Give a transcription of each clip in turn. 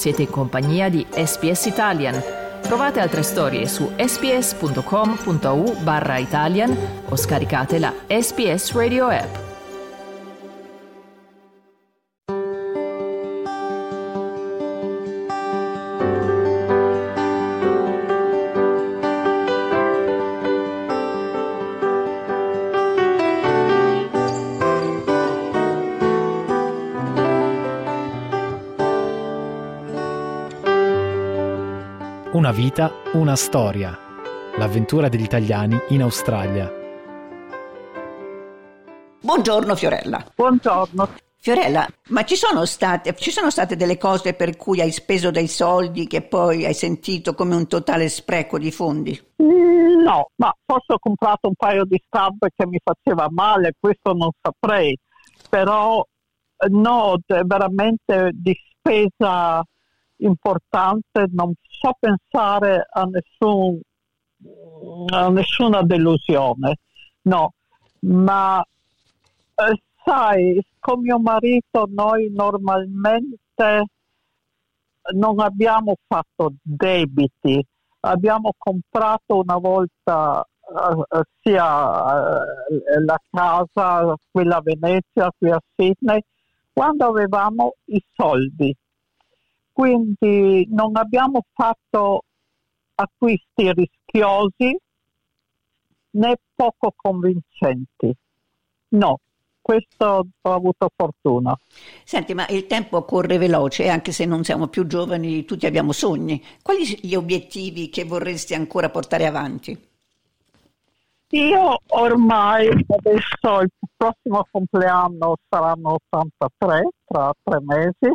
Siete in compagnia di SBS Italian. Trovate altre storie su sbs.com.au/Italian o scaricate la SBS Radio app. Una vita, una storia. L'avventura degli italiani in Australia. Buongiorno Fiorella. Buongiorno. Fiorella, ma ci sono state delle cose per cui hai speso dei soldi che poi hai sentito come un totale spreco di fondi? No, ma forse ho comprato un paio di scarpe che mi faceva male, questo non saprei, però no, veramente di spesa importante non so pensare a nessuna delusione, no, ma sai, con mio marito noi normalmente non abbiamo fatto debiti, abbiamo comprato una volta sia la casa, quella a Venezia, qui a Sydney, quando avevamo i soldi. Quindi non abbiamo fatto acquisti rischiosi né poco convincenti. No, questo ho avuto fortuna. Senti, ma il tempo corre veloce e anche se non siamo più giovani, tutti abbiamo sogni. Quali sono gli obiettivi che vorresti ancora portare avanti? Io ormai adesso il prossimo compleanno saranno 83, tra 3 mesi.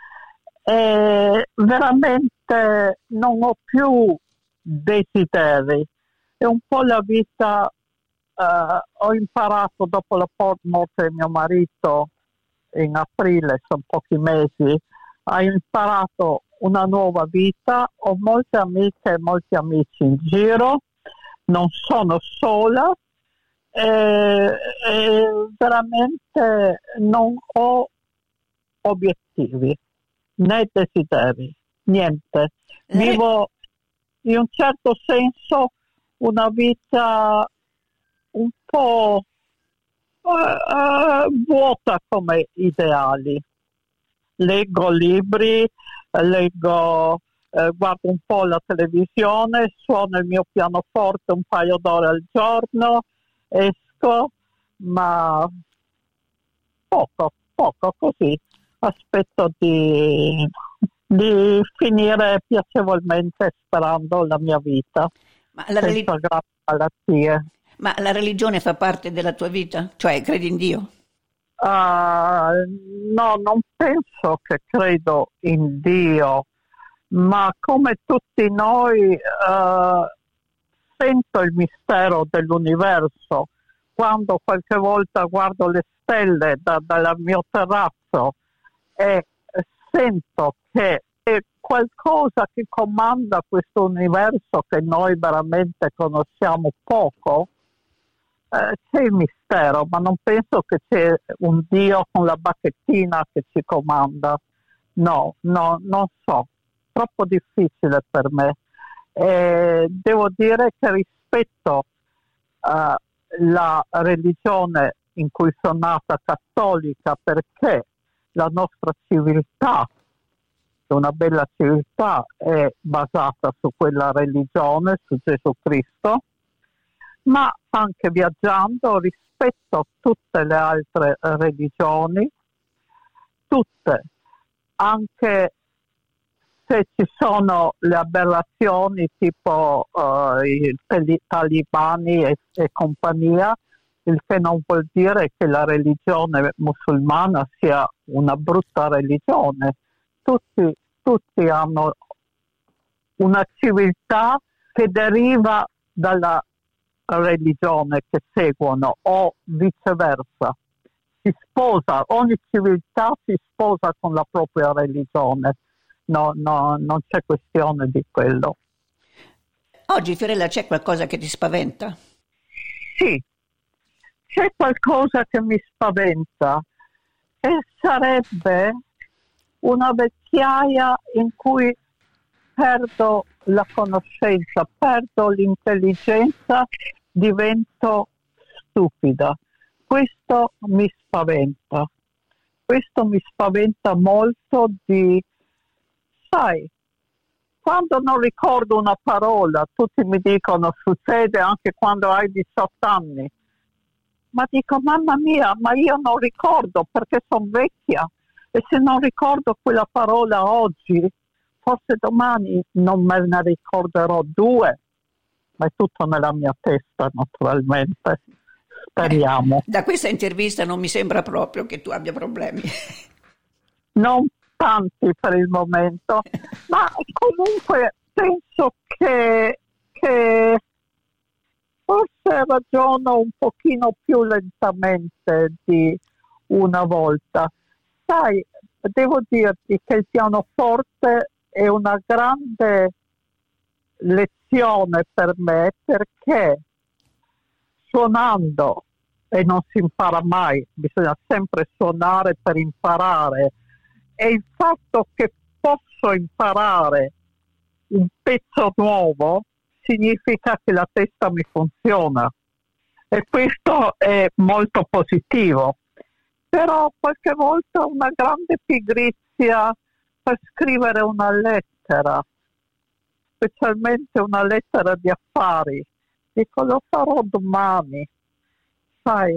E veramente non ho più desideri, è un po' la vita. Ho imparato dopo la morte di mio marito in aprile, sono pochi mesi, ho imparato una nuova vita, ho molte amiche e molti amici in giro, non sono sola e veramente non ho obiettivi né desideri, niente. Vivo in un certo senso una vita un po' vuota come ideali. Leggo libri, guardo un po' la televisione, suono il mio pianoforte un paio d'ore al giorno, esco, ma poco così. Aspetto di finire piacevolmente sperando la mia vita. Ma senza grandi malattie. Ma la religione fa parte della tua vita? Cioè, credi in Dio? No, non penso che credo in Dio, ma come tutti noi sento il mistero dell'universo. Quando qualche volta guardo le stelle dal mio terrazzo e sento che è qualcosa che comanda questo universo che noi veramente conosciamo poco, c'è il mistero, ma non penso che c'è un Dio con la bacchettina che ci comanda. No, non so, troppo difficile per me. Devo dire che rispetto la religione in cui sono nata, cattolica, perché la nostra civiltà, una bella civiltà, è basata su quella religione, su Gesù Cristo, ma anche viaggiando rispetto tutte le altre religioni, tutte, anche se ci sono le aberrazioni tipo i talibani e compagnia, il che non vuol dire che la religione musulmana sia una brutta religione. Tutti hanno una civiltà che deriva dalla religione che seguono o viceversa. Ogni civiltà si sposa con la propria religione. No, non c'è questione di quello. Oggi, Fiorella, c'è qualcosa che ti spaventa? Sì, c'è qualcosa che mi spaventa e sarebbe una vecchiaia in cui perdo la conoscenza, perdo l'intelligenza, divento stupida. Questo mi spaventa. Questo mi spaventa molto sai, quando non ricordo una parola, tutti mi dicono succede anche quando hai 18 anni. Ma dico, mamma mia, ma io non ricordo perché sono vecchia e se non ricordo quella parola oggi, forse domani non me ne ricorderò 2, ma è tutto nella mia testa naturalmente. Speriamo. Da questa intervista non mi sembra proprio che tu abbia problemi. Non tanti per il momento, ma comunque penso che forse ragiono un pochino più lentamente di una volta. Sai, devo dirti che il pianoforte è una grande lezione per me, perché suonando, e non si impara mai, bisogna sempre suonare per imparare, e il fatto che posso imparare un pezzo nuovo significa che la testa mi funziona, e questo è molto positivo. Però qualche volta una grande pigrizia per scrivere una lettera, specialmente una lettera di affari. Dico, lo farò domani, sai,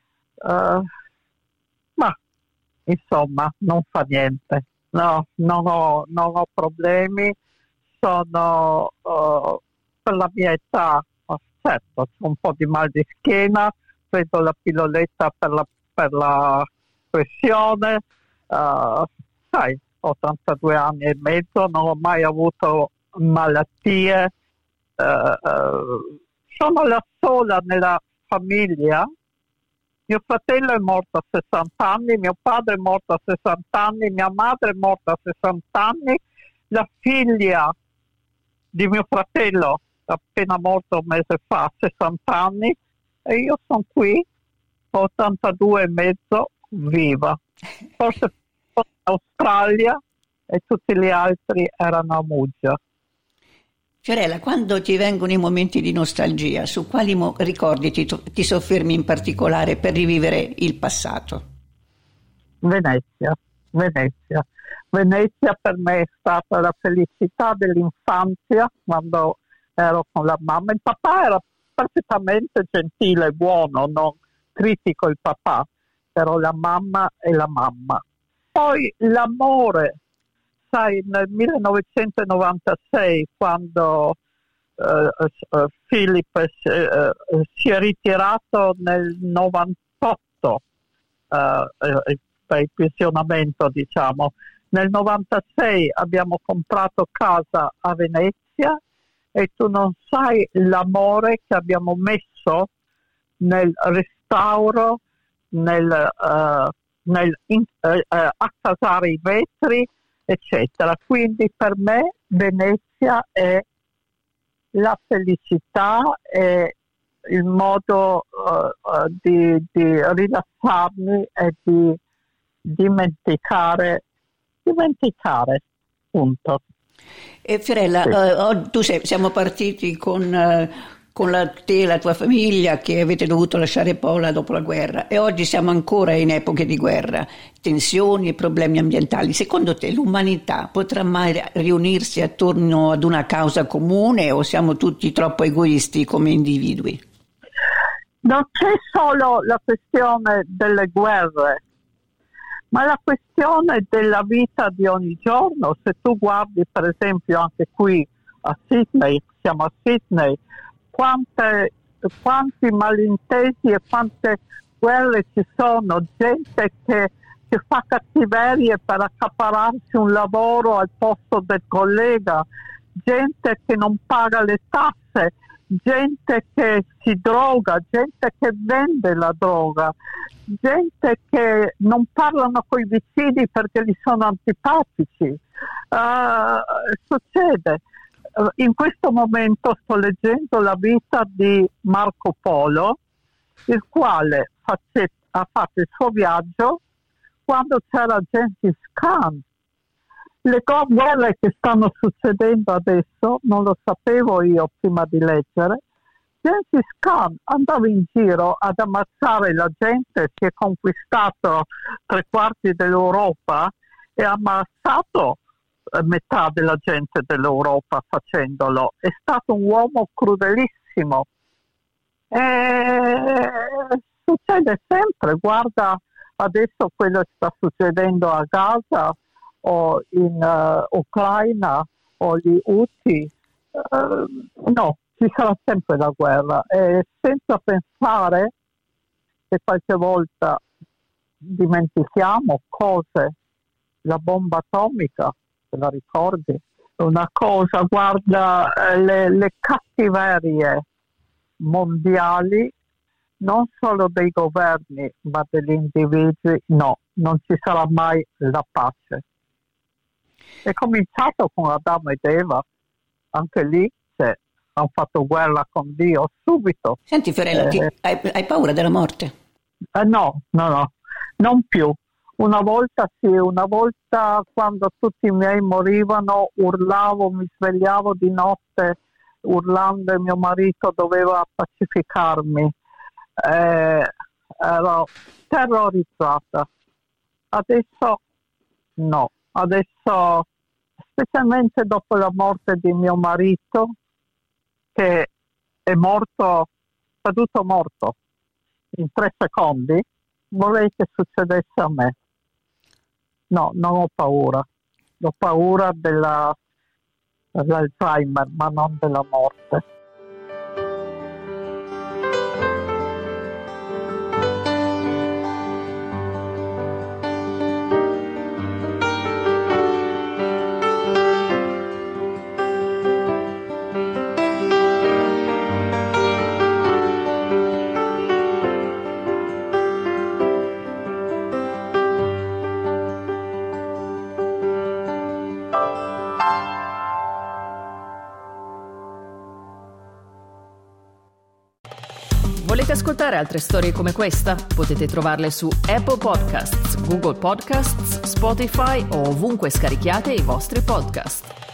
ma insomma non fa niente, no, non ho problemi, sono per la mia età, certo, ho un po' di mal di schiena, prendo la pilloletta per la pressione, sai, ho 82 anni e mezzo, non ho mai avuto malattie, sono la sola nella famiglia. Mio fratello è morto a 60 anni, mio padre è morto a 60 anni, mia madre è morta a 60 anni, la figlia di mio fratello è appena morto un mese fa, a 60 anni, e io sono qui, a 82 e mezzo, viva. Forse in Australia e tutti gli altri erano a Muggia. Fiorella, quando ti vengono i momenti di nostalgia, su quali ricordi ti soffermi in particolare per rivivere il passato? Venezia per me è stata la felicità dell'infanzia, quando ero con la mamma. Il papà era perfettamente gentile e buono, non critico il papà, però la mamma è la mamma. Poi l'amore, sai, nel 1996, quando Philip si è ritirato nel 98 per il pensionamento, diciamo. Nel 96 abbiamo comprato casa a Venezia e tu non sai l'amore che abbiamo messo nel restauro, accasare i vetri, eccetera. Quindi per me Venezia è la felicità e il modo di rilassarmi e di dimenticare, punto. E Fiorella, sì. Siamo partiti con te e la tua famiglia che avete dovuto lasciare Pola dopo la guerra, e oggi siamo ancora in epoche di guerra, tensioni e problemi ambientali. Secondo te l'umanità potrà mai riunirsi attorno ad una causa comune, o siamo tutti troppo egoisti come individui? Non c'è solo la questione delle guerre, ma la questione della vita di ogni giorno. Se tu guardi per esempio anche qui a Sydney, siamo a Sydney, quanti malintesi e quante guerre ci sono, gente che fa cattiverie per accaparrarsi un lavoro al posto del collega, gente che non paga le tasse, gente che si droga, gente che vende la droga, gente che non parlano coi vicini perché gli sono antipatici. Succede. In questo momento sto leggendo la vita di Marco Polo, il quale ha fatto il suo viaggio quando c'era Gengis Khan Le guerre che stanno succedendo adesso, non lo sapevo io prima di leggere, Gengis Khan andava in giro ad ammazzare la gente, si è conquistato 3/4 dell'Europa e ha ammazzato metà della gente dell'Europa facendolo. È stato un uomo crudelissimo. Succede sempre, guarda adesso quello che sta succedendo a Gaza o in Ucraina o gli Houthi. No, ci sarà sempre la guerra, e senza pensare che qualche volta dimentichiamo cose, la bomba atomica, te la ricordi? Una cosa, guarda, le cattiverie mondiali, non solo dei governi ma degli individui, no, non ci sarà mai la pace. È cominciato con Adamo ed Eva, anche lì hanno fatto guerra con Dio subito. Senti Fiorella, hai paura della morte? No, non più. Una volta quando tutti i miei morivano urlavo, mi svegliavo di notte urlando e mio marito doveva pacificarmi. Ero terrorizzata. Adesso no, adesso specialmente dopo la morte di mio marito, che è morto, caduto morto in 3 secondi, vorrei che succedesse a me. No, non ho paura. Ho paura dell'Alzheimer, ma non della morte. Volete ascoltare altre storie come questa? Potete trovarle su Apple Podcasts, Google Podcasts, Spotify o ovunque scarichiate i vostri podcast.